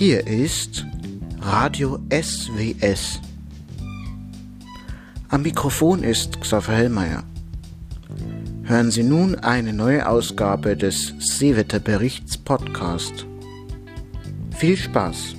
Hier ist Radio SWS. Am Mikrofon ist Xaver Hellmeier. Hören Sie nun eine neue Ausgabe des Seewetterberichts Podcast. Viel Spaß!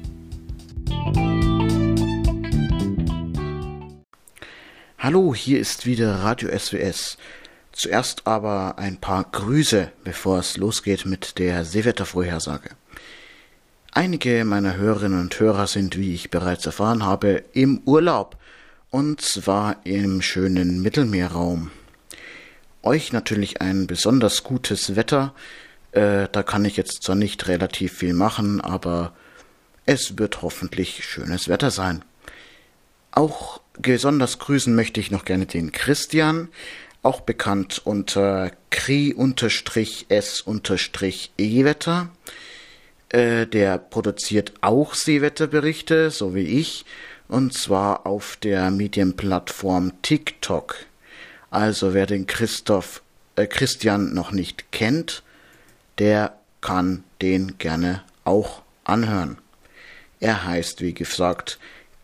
Hallo, hier ist wieder Radio SWS. Zuerst aber ein paar Grüße, bevor es losgeht mit der Seewettervorhersage. Einige meiner Hörerinnen und Hörer sind, wie ich bereits erfahren habe, im Urlaub, und zwar im schönen Mittelmeerraum. Euch natürlich ein besonders gutes Wetter, da kann ich jetzt zwar nicht relativ viel machen, aber es wird hoffentlich schönes Wetter sein. Auch besonders grüßen möchte ich noch gerne den Christian, auch bekannt unter Kri-S-E-Wetter. Der produziert auch Seewetterberichte, so wie ich, und zwar auf der Medienplattform TikTok. Also wer den Christian noch nicht kennt, der kann den gerne auch anhören. Er heißt, wie gesagt,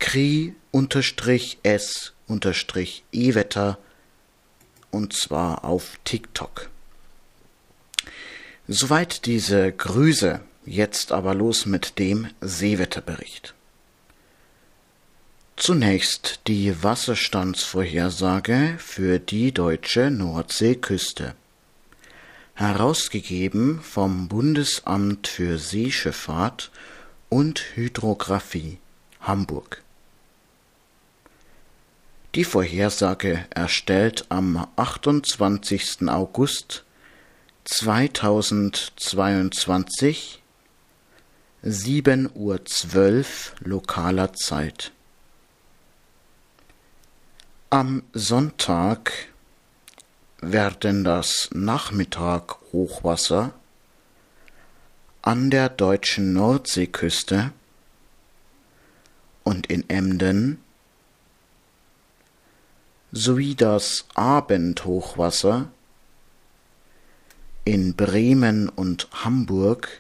Kri-S-E-Wetter, und zwar auf TikTok. Soweit diese Grüße, jetzt aber los mit dem Seewetterbericht. Zunächst die Wasserstandsvorhersage für die deutsche Nordseeküste. Herausgegeben vom Bundesamt für Seeschifffahrt und Hydrographie, Hamburg. Die Vorhersage erstellt am 28. August 2022, 7:12 Uhr lokaler Zeit. Am Sonntag werden das Nachmittag-Hochwasser an der deutschen Nordseeküste und in Emden sowie das Abendhochwasser in Bremen und Hamburg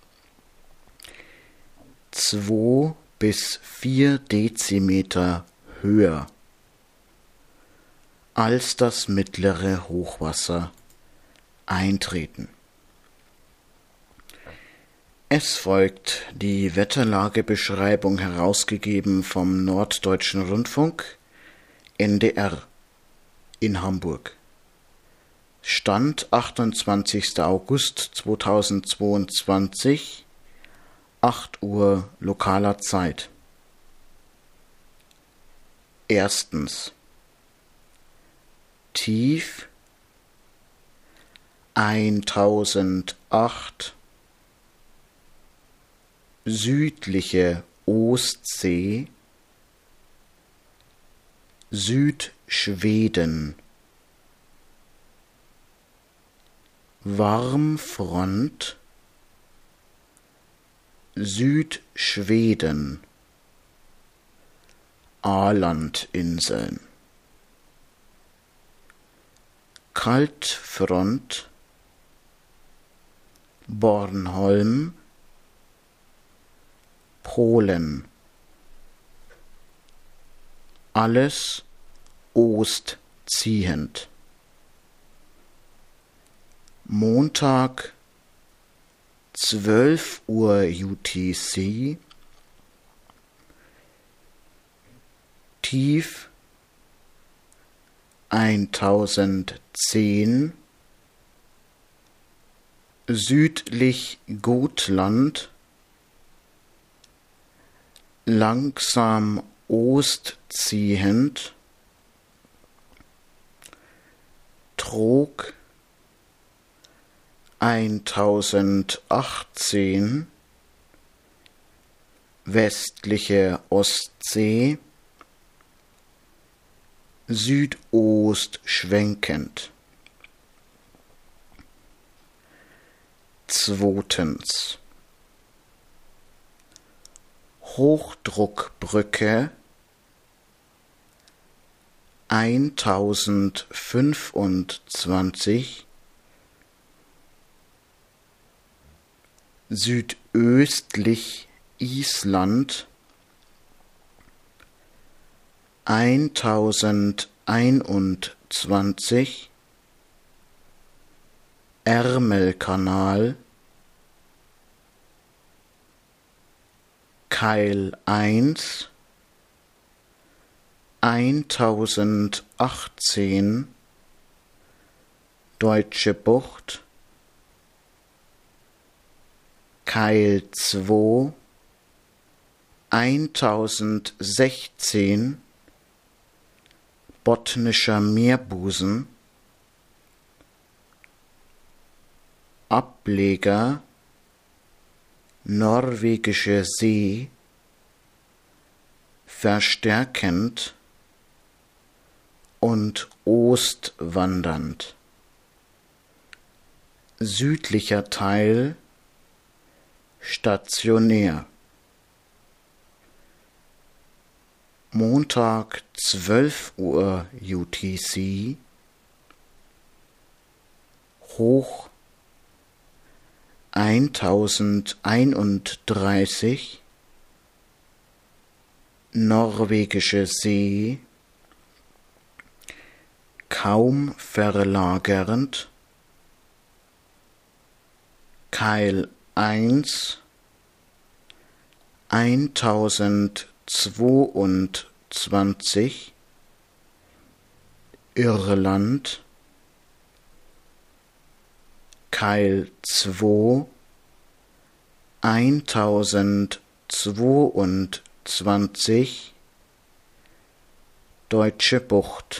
2 bis 4 Dezimeter höher als das mittlere Hochwasser eintreten. Es folgt die Wetterlagebeschreibung, herausgegeben vom Norddeutschen Rundfunk, NDR, in Hamburg. Stand 28. August 2022, 8 Uhr lokaler Zeit. Erstens. Tief 1008, südliche Ostsee, Südschweden. Warmfront, Südschweden, Ålandinseln. Kaltfront, Bornholm, Polen. Alles ostziehend. Montag 12 Uhr UTC, tief 1010, südlich Gotland, langsam ostziehend, Trog 1018, westliche Ostsee, Südost schwenkend. Zweitens. Hochdruckbrücke 1025 südöstlich Island 1021, Ärmelkanal, Keil 1, 1018, Deutsche Bucht, Keil 2, 1016, Bottnischer Meerbusen, Ableger, Norwegische See, verstärkend und ostwandernd. Südlicher Teil stationär. Montag 12 Uhr UTC, hoch 1031, Norwegische See, kaum verlagernd, Keil 1, 1022, Irland, Keil 2, 1022, Deutsche Bucht.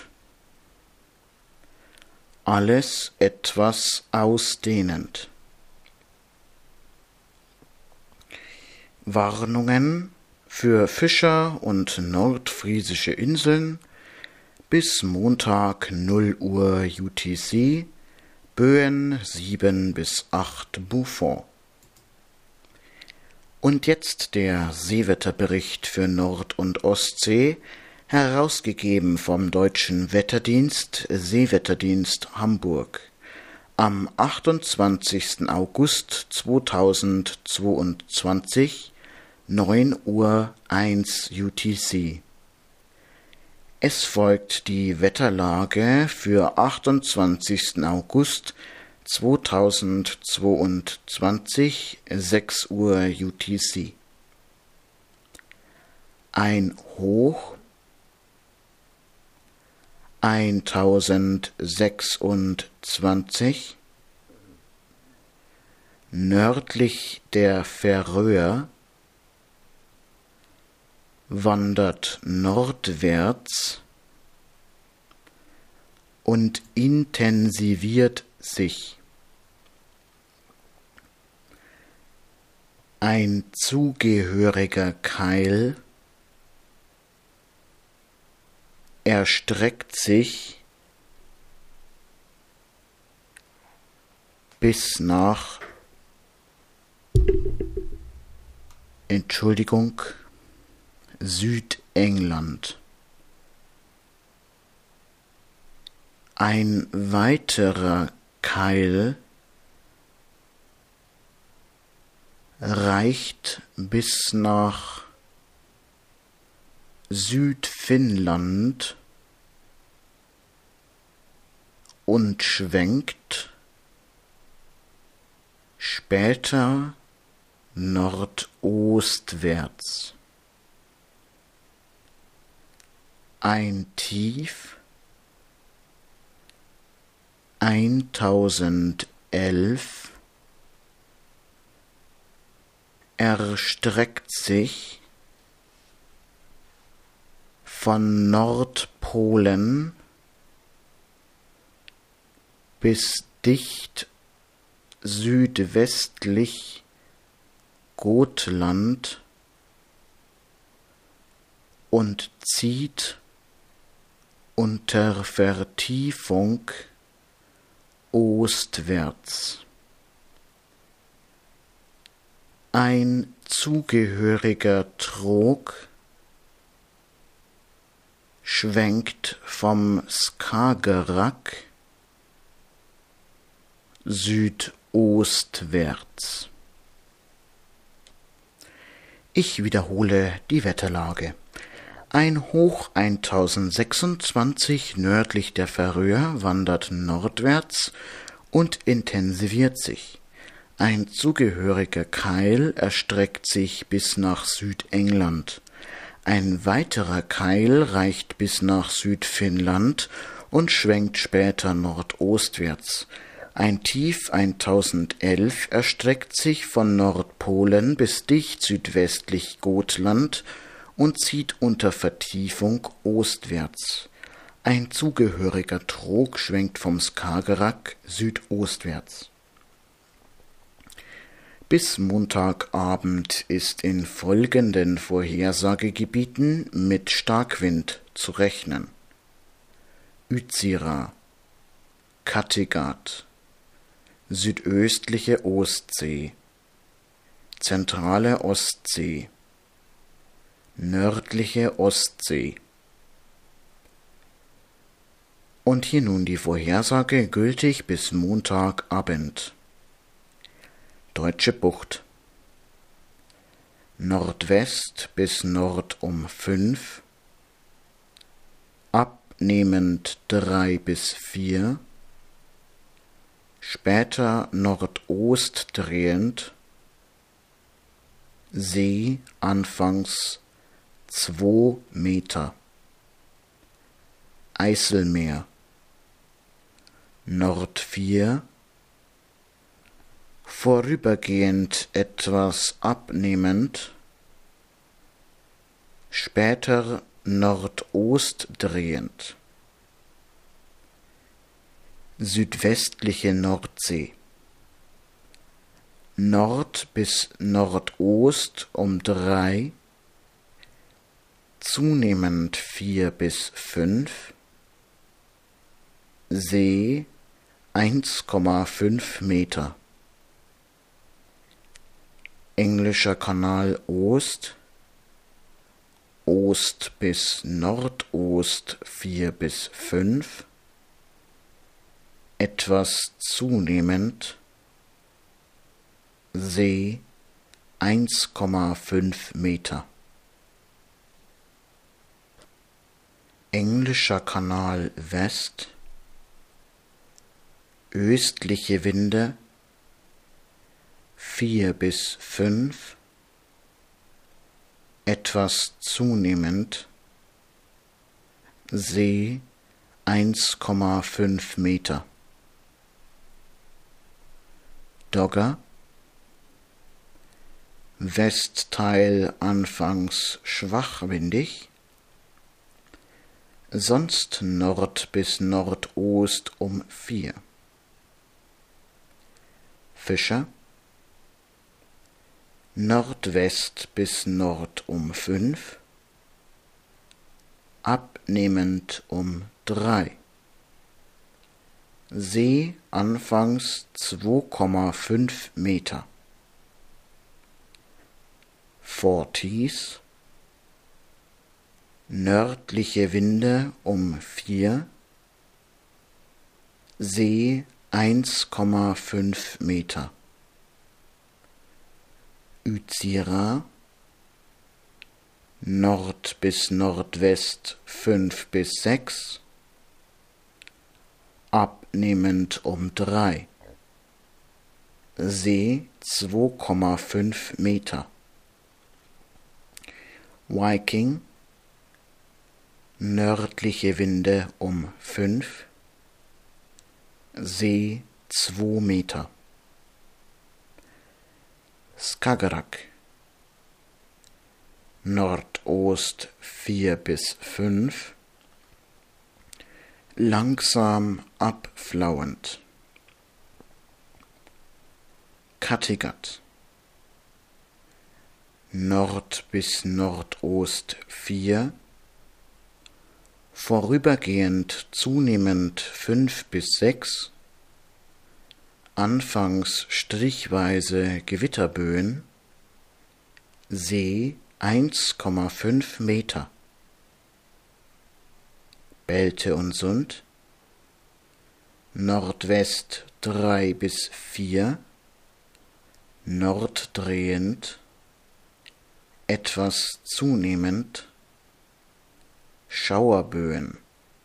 Alles etwas ausdehnend. Warnungen für Fischer und nordfriesische Inseln bis Montag 0 Uhr UTC, Böen 7 bis 8 Buffon. Und jetzt der Seewetterbericht für Nord- und Ostsee, herausgegeben vom Deutschen Wetterdienst, Seewetterdienst Hamburg, am 28. August 2022, 9 Uhr 1 UTC. Es folgt die Wetterlage für 28. August 2022, 6 Uhr UTC. Ein Hoch 1026, nördlich der Färöer, wandert nordwärts und intensiviert sich. Ein zugehöriger Keil erstreckt sich bis nach Südengland. Ein weiterer Keil reicht bis nach Südfinnland und schwenkt später nordostwärts. Ein Tief 1011 erstreckt sich von Nordpolen bis dicht südwestlich Gotland und zieht unter Vertiefung ostwärts. Ein zugehöriger Trog schwenkt vom Skagerrak südostwärts. Ich wiederhole die Wetterlage. Ein Hoch 1026 nördlich der Färöer wandert nordwärts und intensiviert sich. Ein zugehöriger Keil erstreckt sich bis nach Südengland. Ein weiterer Keil reicht bis nach Südfinnland und schwenkt später nordostwärts. Ein Tief 1011 erstreckt sich von Nordpolen bis dicht südwestlich Gotland und zieht unter Vertiefung ostwärts. Ein zugehöriger Trog schwenkt vom Skagerrak südostwärts. Bis Montagabend ist in folgenden Vorhersagegebieten mit Starkwind zu rechnen: Utsira, Kattegat, südöstliche Ostsee, zentrale Ostsee, nördliche Ostsee. Und hier nun die Vorhersage, gültig bis Montagabend. Deutsche Bucht. Nordwest bis Nord um 5, abnehmend 3 bis 4, später Nordost drehend, See anfangs 2 Meter. Eiselmeer. Nord 4, vorübergehend etwas abnehmend, später Nordost drehend. Südwestliche Nordsee. Nord bis Nordost um 3, zunehmend 4 bis 5, See 1,5 Meter. Englischer Kanal Ost, Ost bis Nordost 4 bis 5, etwas zunehmend, See 1,5 Meter. Englischer Kanal West, östliche Winde 4 bis 5, etwas zunehmend, See 1,5 Meter. Dogger, Westteil anfangs schwachwindig, sonst Nord bis Nordost um 4. Fischer, Nordwest bis Nord um 5, abnehmend um 3. See anfangs 2,5 Meter. Forties, nördliche Winde um 4, See 1,5 Meter. Utsira, Nord bis Nordwest 5 bis 6, abnehmend um 3, See 2,5 Meter. Viking, nördliche Winde um 5, See 2 Meter. Skagerrak, Nordost 4 bis 5, langsam abflauend. Kattegat, Nord bis Nordost 4, vorübergehend zunehmend 5 bis 6, anfangs strichweise Gewitterböen, See 1,5 Meter. Belte und Sund, Nordwest 3 bis 4, norddrehend, etwas zunehmend, Schauerböen,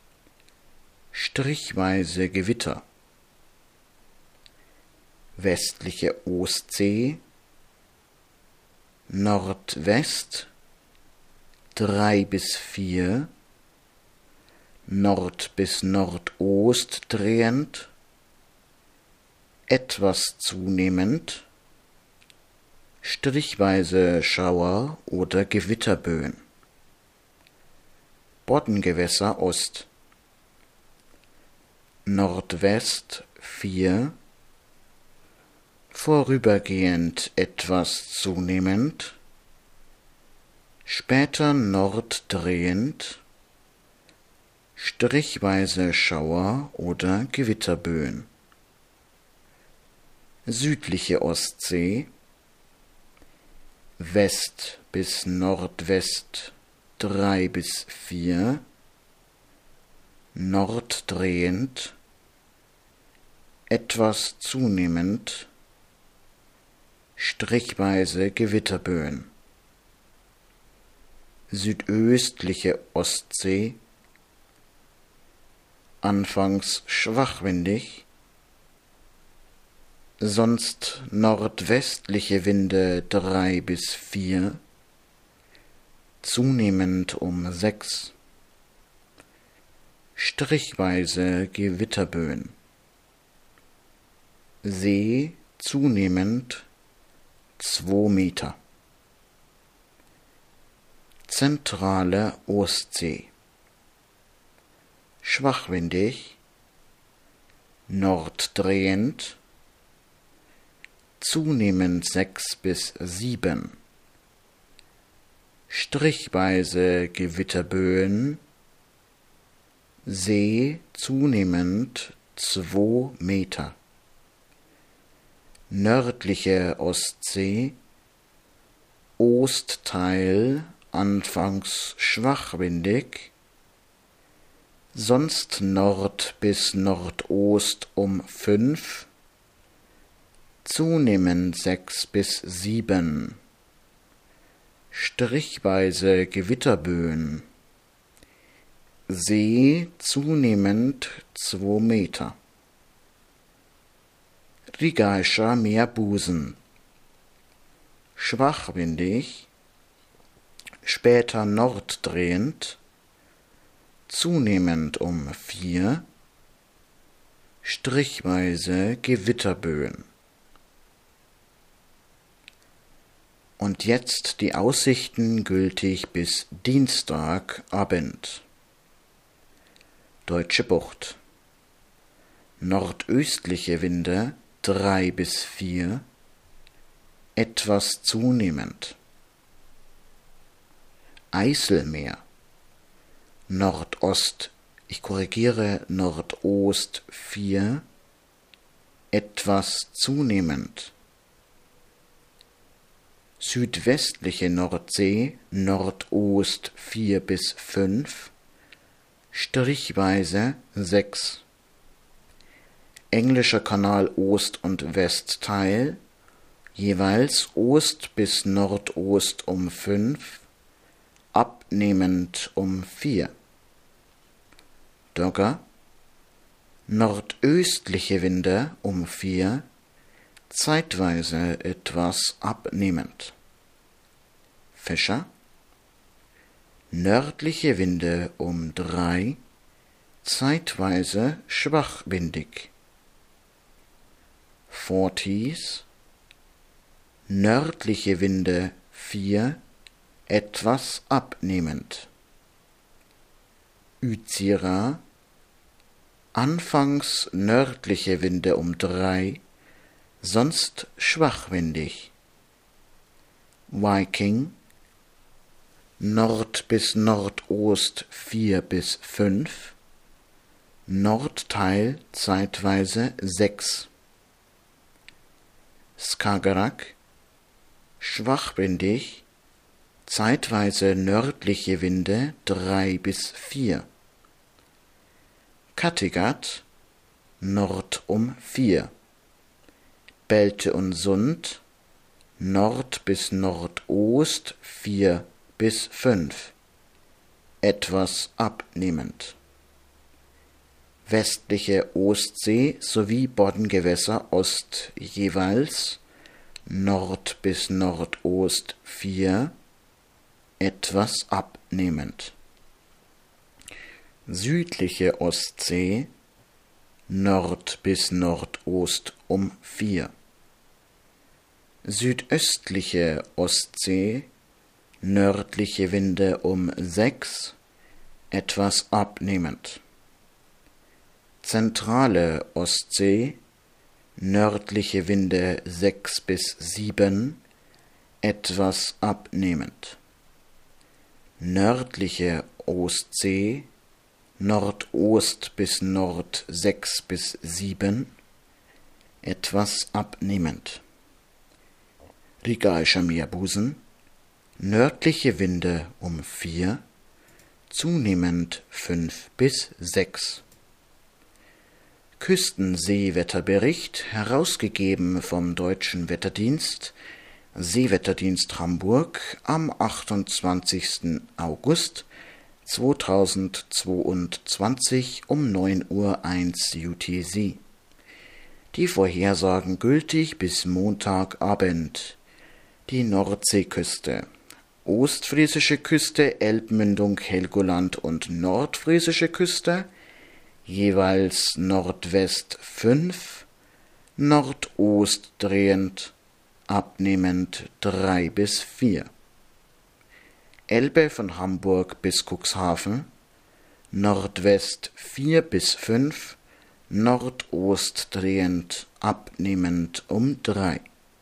strichweise Gewitter, westliche Ostsee, Nordwest 3 bis 4, Nord bis Nordost drehend, etwas zunehmend, strichweise Schauer oder Gewitterböen. Boddengewässer Ost, Nordwest 4, vorübergehend etwas zunehmend, später norddrehend, strichweise Schauer oder Gewitterböen. Südliche Ostsee, West bis Nordwest 3 bis 4, norddrehend, etwas zunehmend, strichweise Gewitterböen. Südöstliche Ostsee, anfangs schwachwindig, sonst nordwestliche Winde 3 bis 4, zunehmend um 6, strichweise Gewitterböen. See zunehmend 2 Meter. Zentrale Ostsee, schwachwindig, norddrehend, zunehmend 6 bis 7, strichweise Gewitterböen, See zunehmend 2 Meter. Nördliche Ostsee, Ostteil anfangs schwachwindig, sonst Nord bis Nordost um 5, zunehmend 6 bis 7, strichweise Gewitterböen, See zunehmend 2 Meter. Rigaischer Meerbusen, schwachwindig, später norddrehend, zunehmend um 4, strichweise Gewitterböen. Und jetzt die Aussichten gültig bis Dienstagabend. Deutsche Bucht. Nordöstliche Winde 3 bis 4, etwas zunehmend. Eiselmeer, Nordost, Nordost 4, etwas zunehmend. Südwestliche Nordsee, Nordost 4 bis 5, strichweise 6. Englischer Kanal Ost- und Westteil, jeweils Ost bis Nordost um 5, abnehmend um 4. Dogger, nordöstliche Winde um 4, zeitweise etwas abnehmend. Fischer, nördliche Winde um 3, zeitweise schwachwindig. Forties, nördliche Winde 4, etwas abnehmend. Uzira, anfangs nördliche Winde um 3, sonst schwachwindig. Viking, Nord bis Nordost 4 bis 5, Nordteil zeitweise 6. Skagerrak, schwachwindig, zeitweise nördliche Winde 3 bis 4. Kattegat, Nord um 4. Belte und Sund, Nord bis Nordost 4 bis 5, etwas abnehmend. Westliche Ostsee sowie Boddengewässer Ost jeweils Nord bis Nordost 4, etwas abnehmend. Südliche Ostsee Nord bis Nordost 4. Südöstliche Ostsee nördliche Winde 6, etwas abnehmend. Zentrale Ostsee nördliche Winde 6 bis 7, etwas abnehmend. Nördliche Ostsee Nordost bis Nord 6 bis 7, etwas abnehmend. Rigaischer Meerbusen nördliche Winde 4, zunehmend 5 bis 6. Küstenseewetterbericht, herausgegeben vom Deutschen Wetterdienst, Seewetterdienst Hamburg am 28. August 2022 um 9:01 Uhr UTC. Die Vorhersagen gültig bis Montagabend. Die Nordseeküste, Ostfriesische Küste, Elbmündung, Helgoland und Nordfriesische Küste jeweils Nordwest 5, Nordost drehend, abnehmend 3 bis 4. Elbe von Hamburg bis Cuxhaven, Nordwest 4 bis 5, Nordost drehend, abnehmend 3.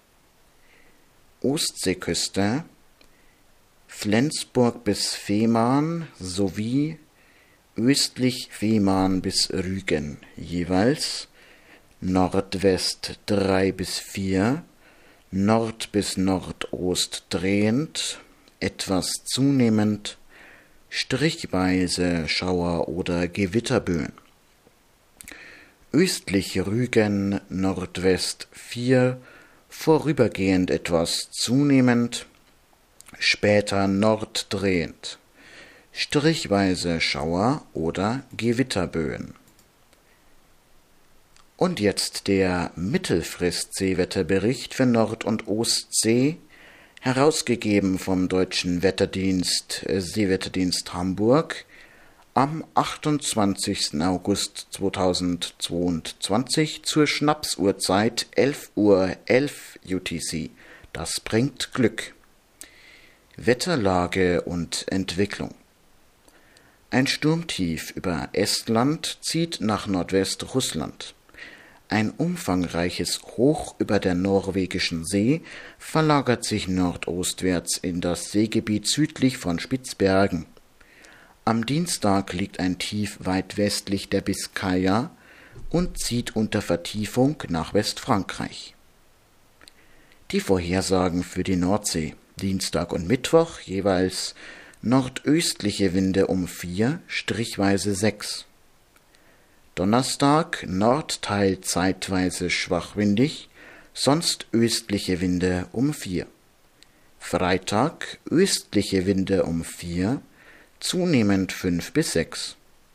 Ostseeküste, Flensburg bis Fehmarn sowie östlich Fehmarn bis Rügen, jeweils Nordwest 3 bis 4, Nord bis Nordost drehend, etwas zunehmend, strichweise Schauer oder Gewitterböen. Östlich Rügen Nordwest 4, vorübergehend etwas zunehmend, später norddrehend, strichweise Schauer oder Gewitterböen. Und jetzt der Mittelfrist-Seewetterbericht für Nord- und Ostsee, herausgegeben vom Deutschen Wetterdienst Seewetterdienst Hamburg am 28. August 2022 zur Schnapsuhrzeit 11:11 Uhr UTC. Das bringt Glück. Wetterlage und Entwicklung. Ein Sturmtief über Estland zieht nach Nordwestrussland. Ein umfangreiches Hoch über der norwegischen See verlagert sich nordostwärts in das Seegebiet südlich von Spitzbergen. Am Dienstag liegt ein Tief weit westlich der Biskaya und zieht unter Vertiefung nach Westfrankreich. Die Vorhersagen für die Nordsee: Dienstag und Mittwoch jeweils nordöstliche Winde 4, strichweise 6. Donnerstag Nordteil zeitweise schwachwindig, sonst östliche Winde 4. Freitag östliche Winde 4, zunehmend 5 bis 6.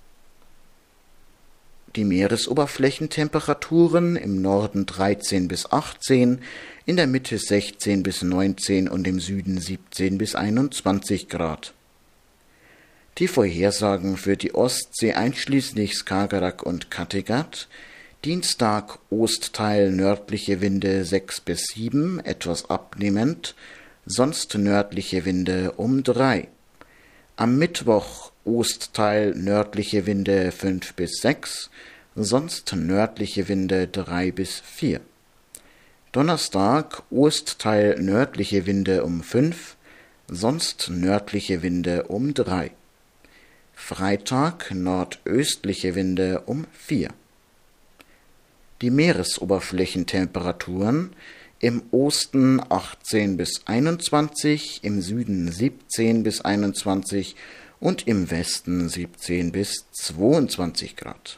Die Meeresoberflächentemperaturen im Norden 13 bis 18, in der Mitte 16 bis 19 und im Süden 17 bis 21 Grad. Die Vorhersagen für die Ostsee einschließlich Skagerrak und Kattegat: Dienstag Ostteil nördliche Winde 6 bis 7, etwas abnehmend, sonst nördliche Winde 3. Am Mittwoch Ostteil nördliche Winde 5 bis 6, sonst nördliche Winde 3 bis 4. Donnerstag Ostteil nördliche Winde 5, sonst nördliche Winde 3. Freitag nordöstliche Winde 4. Die Meeresoberflächentemperaturen: im Osten 18 bis 21, im Süden 17 bis 21 und im Westen 17 bis 22 Grad.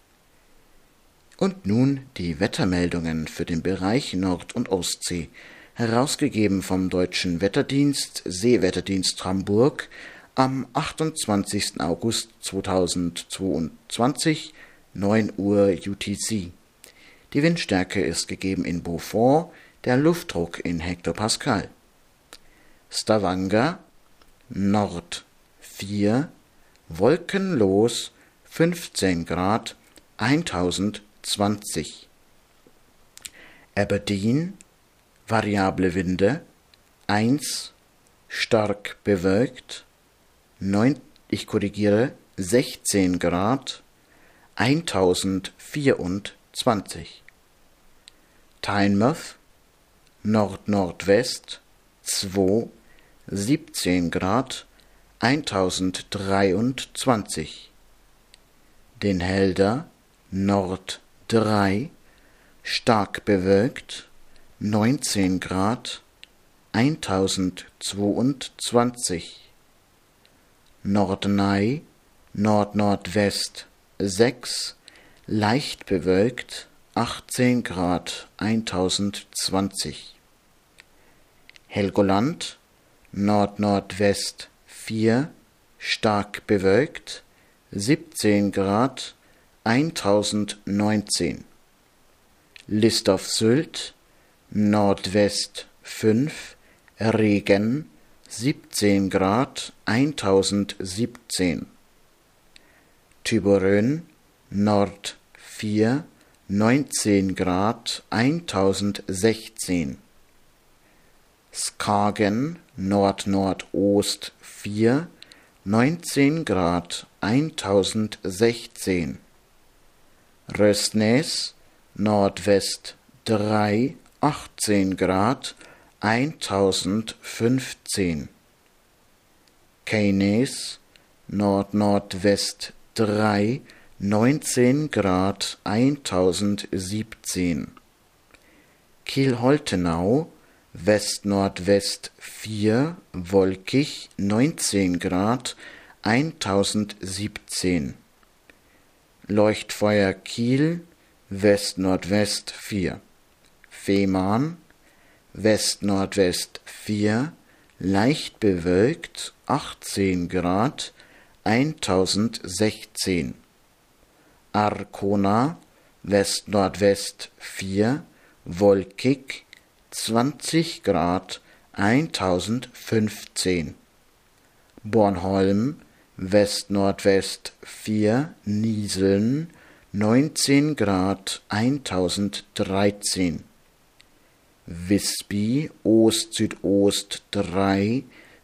Und nun die Wettermeldungen für den Bereich Nord- und Ostsee, herausgegeben vom Deutschen Wetterdienst, Seewetterdienst Hamburg, am 28. August 2022, 9 Uhr UTC. Die Windstärke ist gegeben in Beaufort, der Luftdruck in Hektopascal. Stavanger, Nord 4, wolkenlos 15 Grad, 1020. Aberdeen, variable Winde 1, stark bewölkt 16 Grad, 1024. Tynemouth, Nord-Nordwest 2, 17 Grad, 1023. Den Helder, Nord 3, stark bewölkt 19 Grad, 1022. Norderney, Nord-Nordwest 6, leicht bewölkt 18 Grad, 1020. Helgoland, Nord-Nordwest 4, stark bewölkt 17 Grad, 1019. List auf Sylt, Nordwest 5, Regen 17 Grad, 1017. Thyborøn, Nord 4, 19 Grad, 1016. Skagen, Nord-Nordost 4, 19 Grad, 1016. Røsnes, Nordwest 3, 18 Grad, 1015. Keynäs, Nord-Nordwest 3, 19 Grad, 1017. Kiel-Holtenau, West-Nordwest 4, wolkig, 19 Grad, 1017. Leuchtfeuer Kiel, West-Nordwest 4. Fehmarn, West-Nordwest 4, leicht bewölkt, 18 Grad, 1016. Arkona, West-Nordwest 4, wolkig, 20 Grad, 1015. Bornholm, West-Nordwest 4, Nieseln, 19 Grad, 1013. Visby, Ost-Südost 3,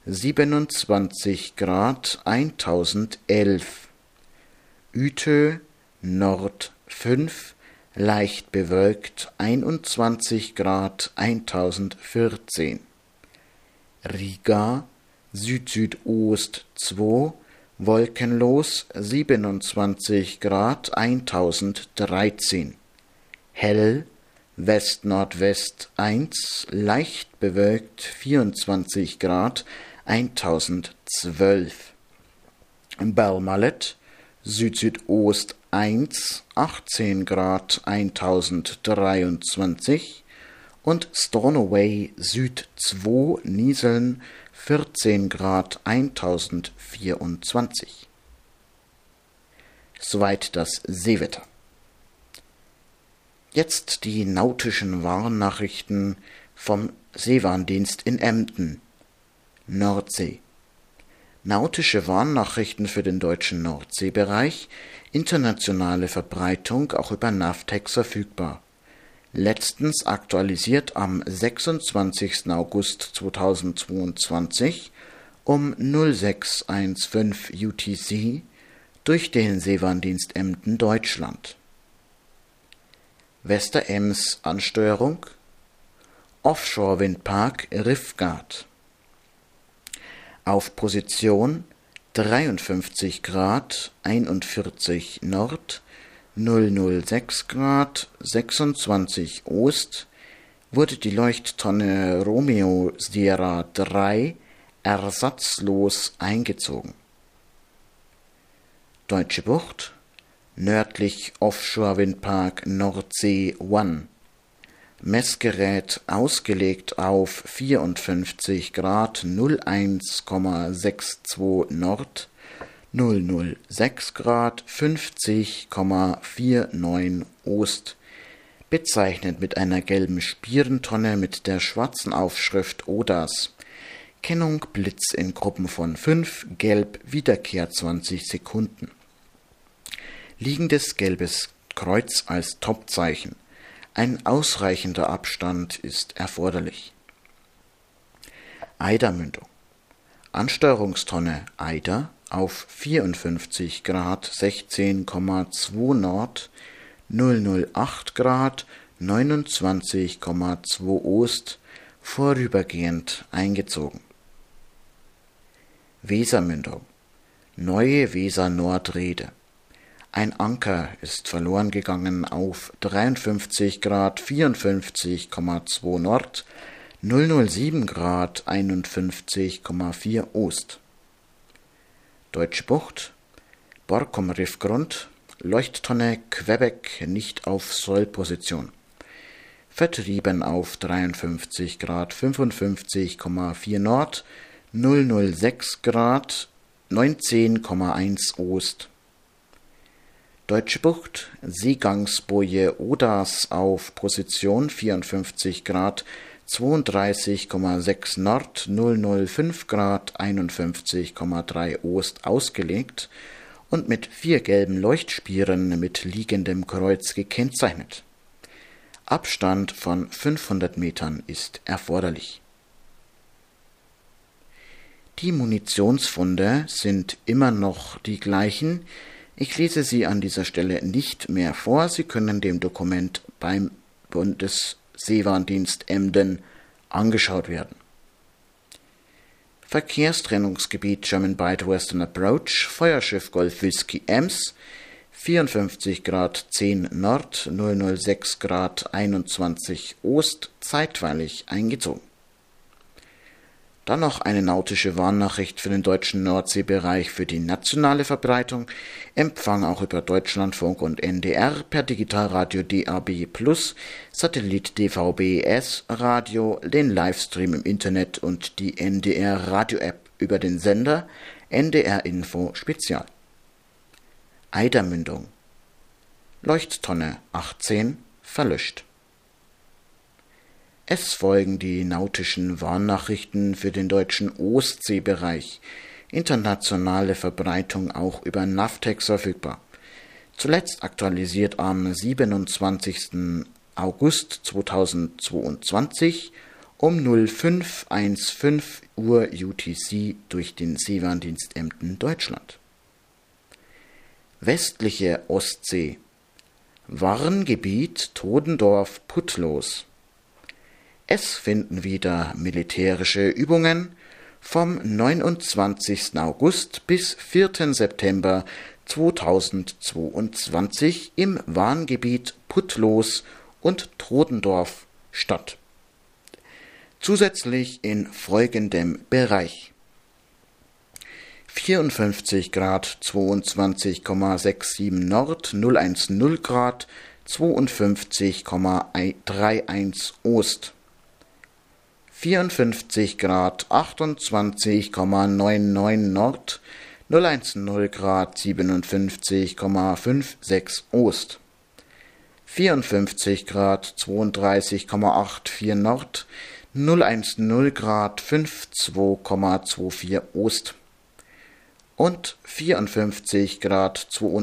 27 Grad, 1011. Utö, Nord 5, leicht bewölkt, 21 Grad, 1014. Riga, Süd-Südost 2, wolkenlos, 27 Grad, 1013. Hell, West-Nordwest 1, leicht bewölkt, 24 Grad, 1012. Belmallet, Süd-Südost 1, 18 Grad, 1023 und Stornoway Süd 2, Nieseln, 14 Grad, 1024. Soweit das Seewetter. Jetzt die nautischen Warnnachrichten vom Seewarndienst in Emden, Nordsee. Nautische Warnnachrichten für den deutschen Nordseebereich, internationale Verbreitung auch über Navtex verfügbar. Letztens aktualisiert am 26. August 2022 um 0615 UTC durch den Seewarndienst Emden Deutschland. Westerems Ansteuerung, Offshore-Windpark Riffgard. Auf Position 53 Grad 41 Nord, 006 Grad 26 Ost wurde die Leuchttonne Romeo Sierra 3 ersatzlos eingezogen. Deutsche Bucht, nördlich Offshore-Windpark Nordsee 1. Messgerät ausgelegt auf 54 Grad 01,62 Nord, 006 Grad 50,49 Ost, bezeichnet mit einer gelben Spierentonne mit der schwarzen Aufschrift ODAS. Kennung Blitz in Gruppen von 5, gelb, Wiederkehr 20 Sekunden. Liegendes gelbes Kreuz als Topzeichen. Ein ausreichender Abstand ist erforderlich. Eidermündung. Ansteuerungstonne Eider auf 54 Grad 16,2 Nord, 008 Grad 29,2 Ost, vorübergehend eingezogen. Wesermündung. Neue Weser-Nordrede. Ein Anker ist verloren gegangen auf 53 Grad 54,2 Nord, 007 Grad 51,4 Ost. Deutsche Bucht. Borkum Riffgrund. Leuchttonne Quebec nicht auf Sollposition. Vertrieben auf 53 Grad 55,4 Nord, 006 Grad 19,1 Ost. Deutsche Bucht, Seegangsboje ODAS auf Position 54 Grad 32,6 Nord, 005 Grad 51,3 Ost ausgelegt und mit 4 gelben Leuchtspieren mit liegendem Kreuz gekennzeichnet. Abstand von 500 Metern ist erforderlich. Die Munitionsfunde sind immer noch die gleichen. Ich lese sie an dieser Stelle nicht mehr vor. Sie können dem Dokument beim Bundesseewarndienst Emden angeschaut werden. Verkehrstrennungsgebiet German Bight Western Approach, Feuerschiff Golf Whisky Ems, 54 Grad 10 Nord, 006 Grad 21 Ost, zeitweilig eingezogen. Dann noch eine nautische Warnnachricht für den deutschen Nordseebereich für die nationale Verbreitung. Empfang auch über Deutschlandfunk und NDR per Digitalradio DAB+, Satellit DVB-S Radio, den Livestream im Internet und die NDR Radio-App über den Sender NDR Info Spezial. Eidermündung. Leuchttonne 18 verlöscht. Es folgen die nautischen Warnnachrichten für den deutschen Ostseebereich. Internationale Verbreitung auch über Navtex verfügbar. Zuletzt aktualisiert am 27. August 2022 um 05:15 Uhr UTC durch den Seewarndienst Emden Deutschland. Westliche Ostsee. Warngebiet Todendorf-Puttlos. Es finden wieder militärische Übungen vom 29. August bis 4. September 2022 im Warngebiet Puttlos und Todendorf statt. Zusätzlich in folgendem Bereich: 54 Grad 22,67 Nord, 010 Grad 52,31 Ost. 54 Grad 28,99 Nord, 010 Grad 57,56 Ost. 54 Grad 32,84 Nord, 010 Grad 52,24 Ost. Und 54 Grad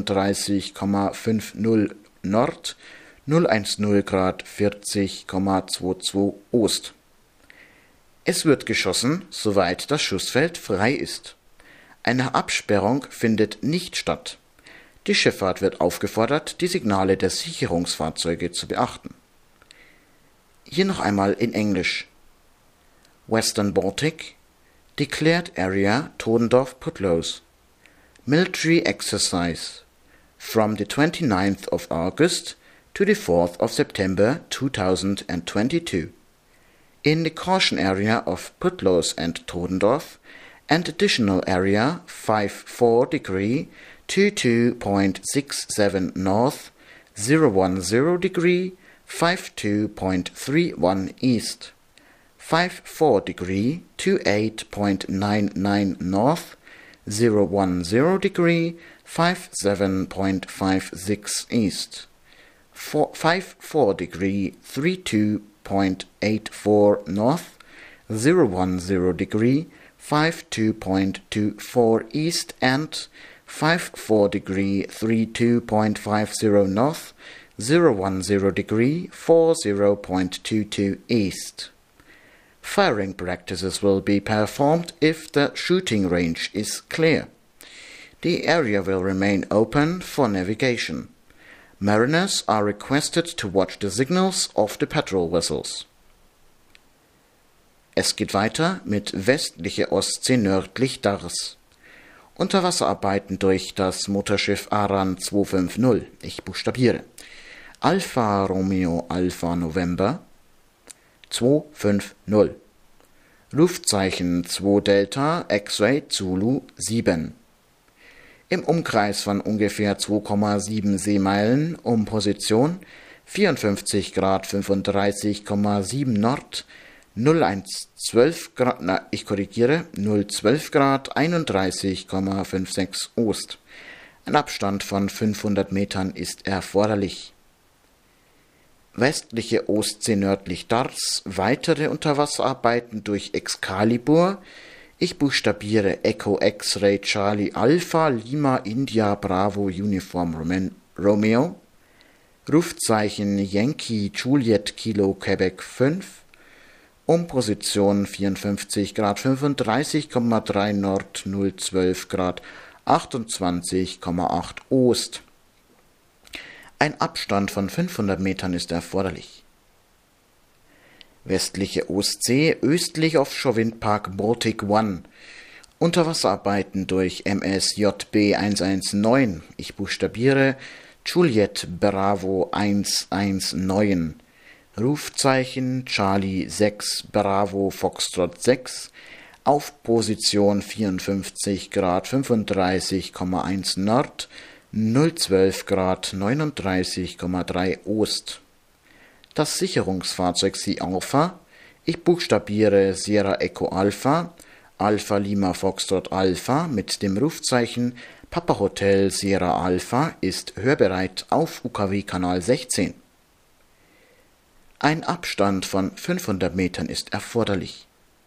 32,50 Nord, 010 Grad 40,22 Ost. Es wird geschossen, soweit das Schussfeld frei ist. Eine Absperrung findet nicht statt. Die Schifffahrt wird aufgefordert, die Signale der Sicherungsfahrzeuge zu beachten. Hier noch einmal in Englisch. Western Baltic, Declared Area Todendorf-Puttlos. Military exercise from the 29th of August to the 4th of September 2022. In the caution area of Puttlos and Todendorf and additional area 54 degree 22.67 north, 010 degree 52.31 east, 54 degree 28.99 north, 010 degree 57.56 east, 54 degree 32.84 north, 010 degree 52.24 east, and 54 degree 32.50 north, 010 degree 40.22 east. Firing practices will be performed if the shooting range is clear. The area will remain open for navigation. Mariners are requested to watch the signals of the patrol vessels. Es geht weiter mit westliche Ostsee nördlich Dars. Unterwasserarbeiten durch das Motorschiff Aran 250. Ich buchstabiere. Alfa Romeo Alpha November 250. Rufzeichen 2 Delta X-Ray Zulu 7. Im Umkreis von ungefähr 2,7 Seemeilen um Position 54 Grad 35,7 Nord, 012 Grad 012 Grad 31,56 Ost. Ein Abstand von 500 Metern ist erforderlich. Westliche Ostsee nördlich Dars, weitere Unterwasserarbeiten durch Excalibur. Ich buchstabiere Echo X-Ray Charlie Alpha Lima India Bravo Uniform Romeo. Rufzeichen Yankee Juliet Kilo Quebec 5. Um Position 54 Grad 35,3 Nord, 012 Grad 28,8 Ost. Ein Abstand von 500 Metern ist erforderlich. Westliche Ostsee, östlich Offshore-Windpark Baltic One. Unterwasserarbeiten durch MSJB 119. Ich buchstabiere Juliet Bravo 119. Rufzeichen Charlie 6 Bravo Foxtrot 6 auf Position 54 Grad 35,1 Nord, 012 Grad 39,3 Ost. Das Sicherungsfahrzeug Sea Alpha, ich buchstabiere Sierra Echo Alpha, Alpha Lima Foxtrot Alpha mit dem Rufzeichen Papa Hotel Sierra Alpha ist hörbereit auf UKW-Kanal 16. Ein Abstand von 500 Metern ist erforderlich.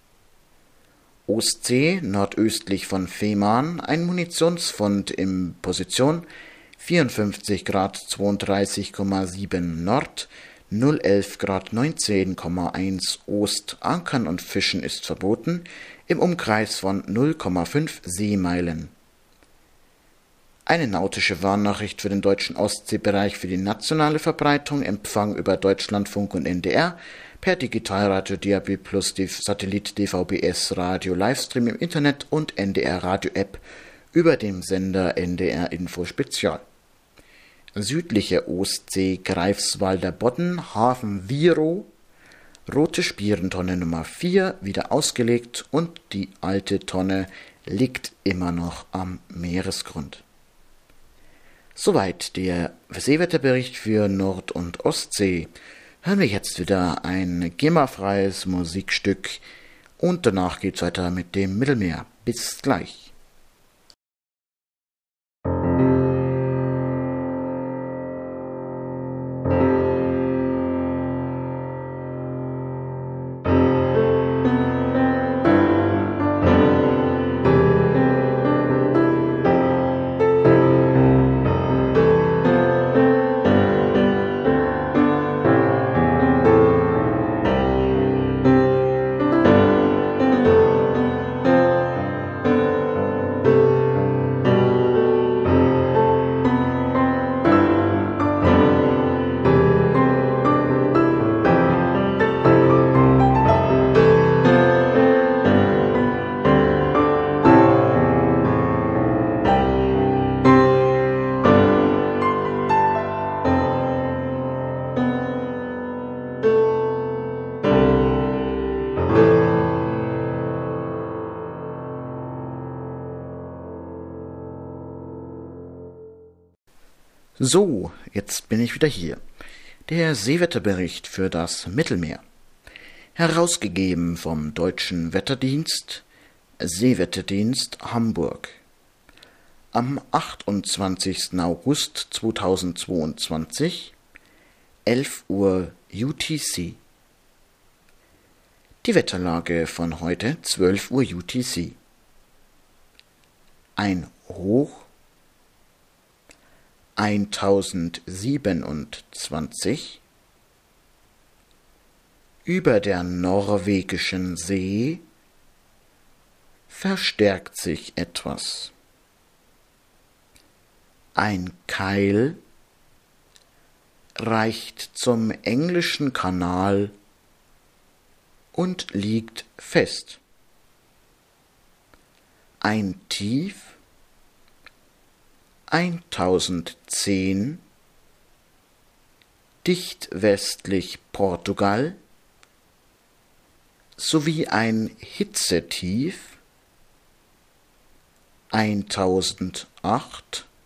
Ostsee, nordöstlich von Fehmarn, ein Munitionsfund in Position 54 Grad 32,7 Nord, 011 Grad 19,1 Ost. Ankern und Fischen ist verboten, im Umkreis von 0,5 Seemeilen. Eine nautische Warnnachricht für den deutschen Ostseebereich für die nationale Verbreitung, Empfang über Deutschlandfunk und NDR, per Digitalradio DAB+, Satellit DVB-S, Radio, Livestream im Internet und NDR Radio App über dem Sender NDR Info Spezial. Südliche Ostsee, Greifswalder Bodden, Hafen Virow, rote Spierentonne Nummer 4 wieder ausgelegt und die alte Tonne liegt immer noch am Meeresgrund. Soweit der Seewetterbericht für Nord- und Ostsee. Hören wir jetzt wieder ein GEMA-freies Musikstück und danach geht's weiter mit dem Mittelmeer. Bis gleich. So, jetzt bin ich wieder hier. Der Seewetterbericht für das Mittelmeer. Herausgegeben vom Deutschen Wetterdienst, Seewetterdienst Hamburg. Am 28. August 2022, 11 Uhr UTC. Die Wetterlage von heute, 12 Uhr UTC. Ein Hoch 1027 über der norwegischen See verstärkt sich etwas. Ein Keil reicht zum Englischen Kanal und liegt fest. Ein Tief 1010 dicht westlich Portugal sowie ein Hitzetief 1008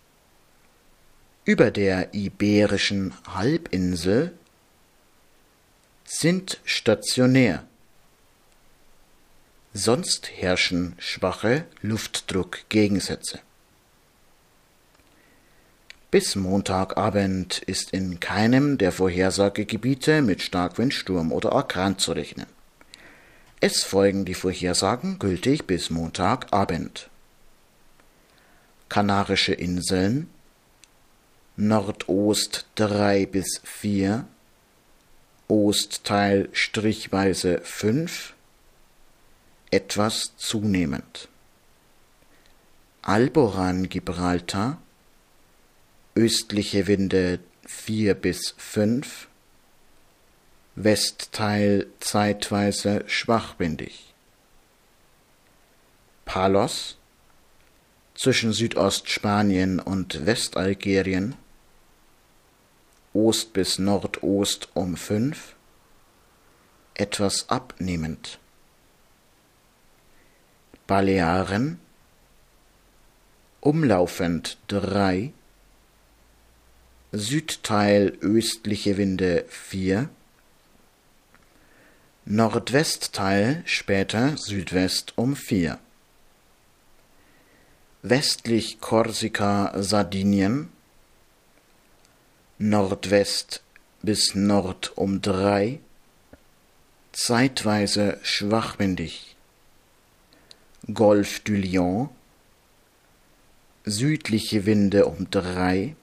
über der Iberischen Halbinsel sind stationär. Sonst herrschen schwache Luftdruckgegensätze. Bis Montagabend ist in keinem der Vorhersagegebiete mit Starkwind, Sturm oder Orkan zu rechnen. Es folgen die Vorhersagen gültig bis Montagabend. Kanarische Inseln Nordost 3 bis 4, Ostteil strichweise 5, etwas zunehmend. Alboran Gibraltar östliche Winde 4 bis 5, Westteil zeitweise schwachwindig. Palos zwischen Südostspanien und Westalgerien Ost bis Nordost um 5, etwas abnehmend. Balearen umlaufend 3, Südteil östliche Winde 4, Nordwestteil später Südwest um 4. Westlich Korsika, Sardinien, Nordwest bis Nord um 3, zeitweise schwachwindig. Golf du Lion, südliche Winde um 3,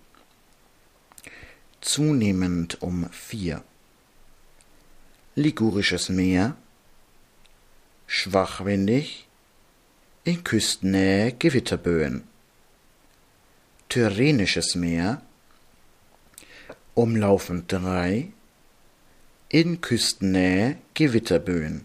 zunehmend um 4. Ligurisches Meer, schwachwindig, in Küstennähe Gewitterböen. Tyrrhenisches Meer, umlaufend 3, in Küstennähe Gewitterböen.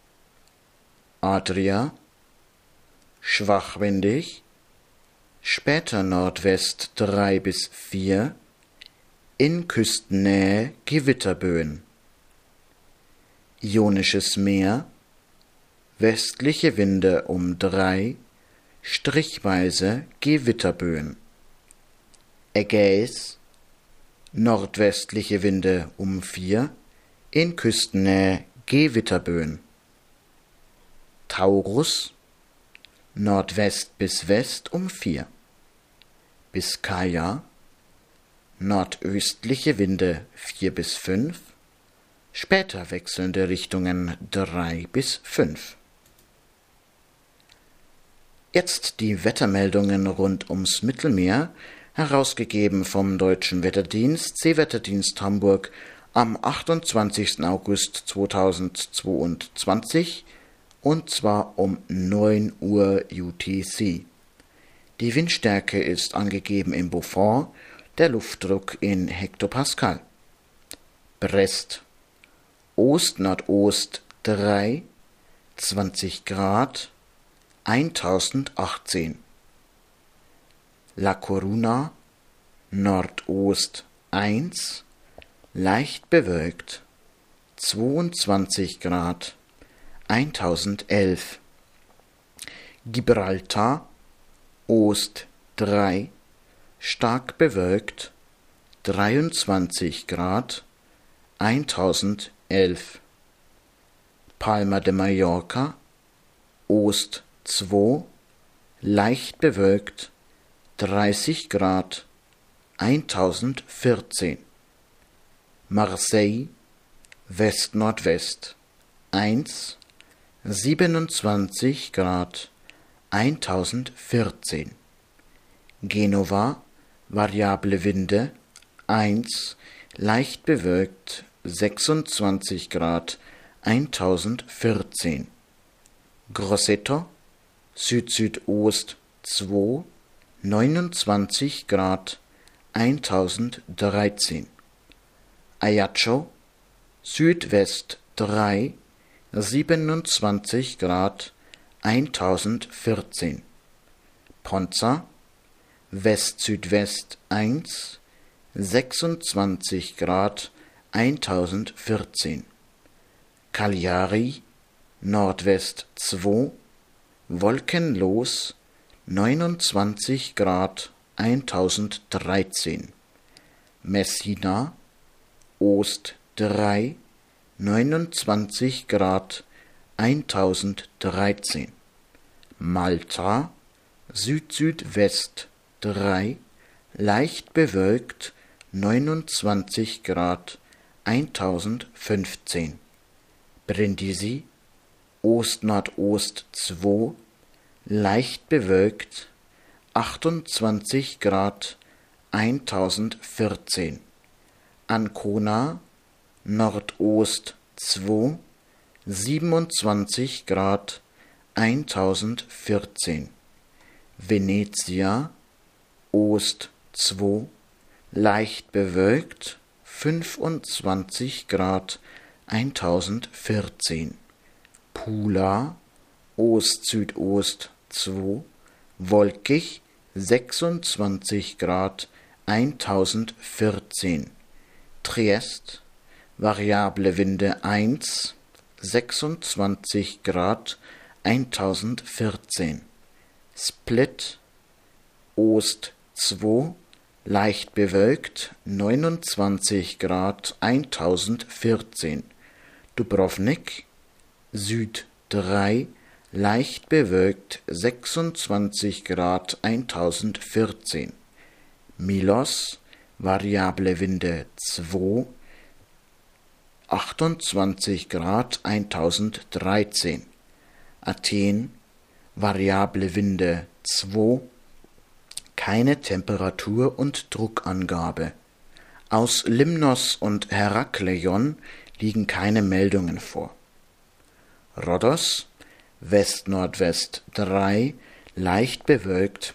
Adria, schwachwindig, später Nordwest 3 bis 4, in Küstennähe Gewitterböen. Ionisches Meer, westliche Winde um 3, strichweise Gewitterböen. Ägäis, nordwestliche Winde um 4, in Küstennähe Gewitterböen. Taurus, Nordwest bis West um 4. Biskaya, nordöstliche Winde 4 bis 5, später wechselnde Richtungen 3 bis 5. Jetzt die Wettermeldungen rund ums Mittelmeer, herausgegeben vom Deutschen Wetterdienst, Seewetterdienst Hamburg, am 28. August 2022, und zwar um 9 Uhr UTC. Die Windstärke ist angegeben im Beaufort, der Luftdruck in Hektopascal. Brest, Ost-Nordost 3, 20 Grad, 1018. La Coruna, Nordost 1, leicht bewölkt, 22 Grad, 1011. Gibraltar, Ost 3, stark bewölkt, 23 Grad 1011. Palma de Mallorca, Ost 2, leicht bewölkt 30 Grad 1014. Marseille, West-Nordwest 1, 27 Grad 1014. Genova, variable Winde 1, leicht bewölkt 26 Grad 1014. Grosseto, Süd-Südost 2, 29 Grad 1013. Ajaccio, Südwest 3, 27 Grad 1014. Ponza, West-Südwest 1, 26 Grad 1014. Cagliari, Nordwest 2, wolkenlos 29 Grad 1013. Messina, Ost 3, 29 Grad 1013. Malta, Süd-Südwest 3, leicht bewölkt 29 Grad 1015. Brindisi, Ost-Nordost 2, leicht bewölkt 28 Grad 1014. Ancona, Nordost 2, 27 Grad 1014. Venezia, Ost 2, leicht bewölkt 25 Grad 1014. Pula, Ost-Südost 2, wolkig 26 Grad 1014. Triest, variable Winde 1, 26 Grad 1014. Split, Ost 2, leicht bewölkt 29 Grad 1014. Dubrovnik, Süd 3, leicht bewölkt 26 Grad 1014. Milos, variable Winde 2, 28 Grad 1013. Athen, variable Winde 2, keine Temperatur- und Druckangabe. Aus Limnos und Herakleion liegen keine Meldungen vor. Rhodos, West-Nordwest 3, leicht bewölkt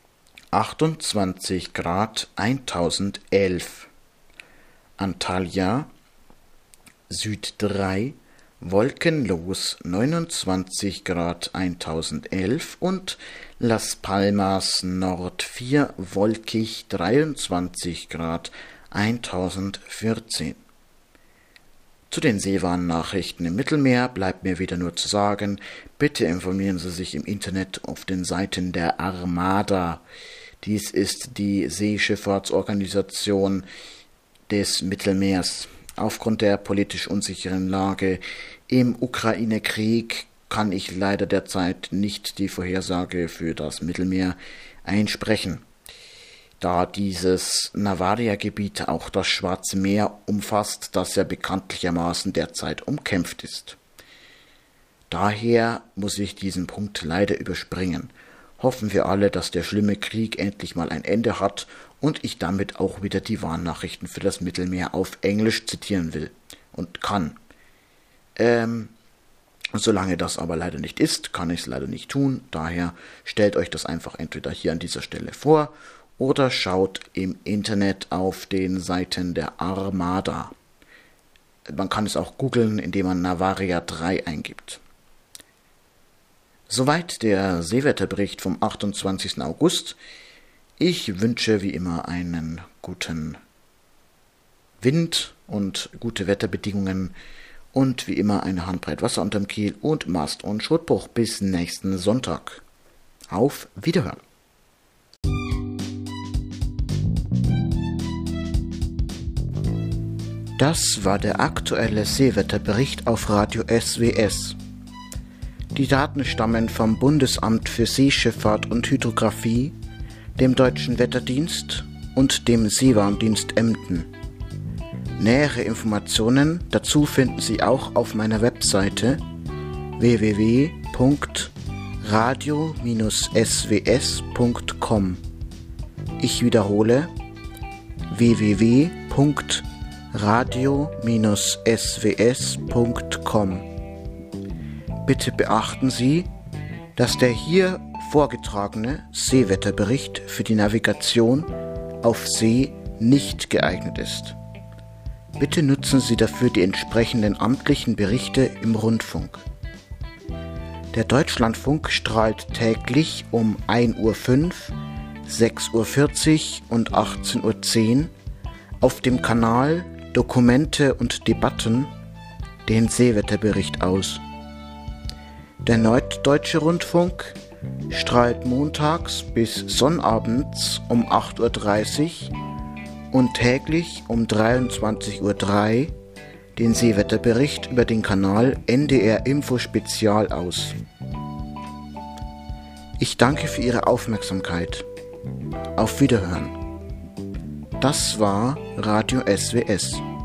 28 Grad 1011. Antalya, Süd 3, wolkenlos 29 Grad 1011 und Las Palmas Nord 4, wolkig 23 Grad 1014. Zu den Seewarnnachrichten im Mittelmeer bleibt mir wieder nur zu sagen, bitte informieren Sie sich im Internet auf den Seiten der Armada. Dies ist die Seeschifffahrtsorganisation des Mittelmeers. Aufgrund der politisch unsicheren Lage im Ukraine-Krieg kann ich leider derzeit nicht die Vorhersage für das Mittelmeer einsprechen, da dieses Navaria-Gebiet auch das Schwarze Meer umfasst, das ja bekanntlichermaßen derzeit umkämpft ist. Daher muss ich diesen Punkt leider überspringen. Hoffen wir alle, dass der schlimme Krieg endlich mal ein Ende hat und ich damit auch wieder die Warnnachrichten für das Mittelmeer auf Englisch zitieren will und kann. Solange das aber leider nicht ist, kann ich es leider nicht tun. Daher stellt euch das einfach entweder hier an dieser Stelle vor oder schaut im Internet auf den Seiten der Armada. Man kann es auch googeln, indem man Navaria 3 eingibt. Soweit der Seewetterbericht vom 28. August. Ich wünsche wie immer einen guten Wind und gute Wetterbedingungen und wie immer eine Handbreit Wasser unterm Kiel und Mast- und Schotbruch bis nächsten Sonntag. Auf Wiederhören! Das war der aktuelle Seewetterbericht auf Radio SWS. Die Daten stammen vom Bundesamt für Seeschifffahrt und Hydrographie, dem Deutschen Wetterdienst und dem Seewarndienst Emden. Nähere Informationen dazu finden Sie auch auf meiner Webseite www.radio-sws.com. Ich wiederhole www.radio-sws.com. Bitte beachten Sie, dass der hier vorgetragene Seewetterbericht für die Navigation auf See nicht geeignet ist. Bitte nutzen Sie dafür die entsprechenden amtlichen Berichte im Rundfunk. Der Deutschlandfunk strahlt täglich um 1:05 Uhr, 6:40 Uhr und 18:10 Uhr auf dem Kanal Dokumente und Debatten den Seewetterbericht aus. Der Norddeutsche Rundfunk strahlt montags bis sonnabends um 8:30 Uhr und täglich um 23:03 Uhr den Seewetterbericht über den Kanal NDR Info Spezial aus. Ich danke für Ihre Aufmerksamkeit. Auf Wiederhören. Das war Radio SWS.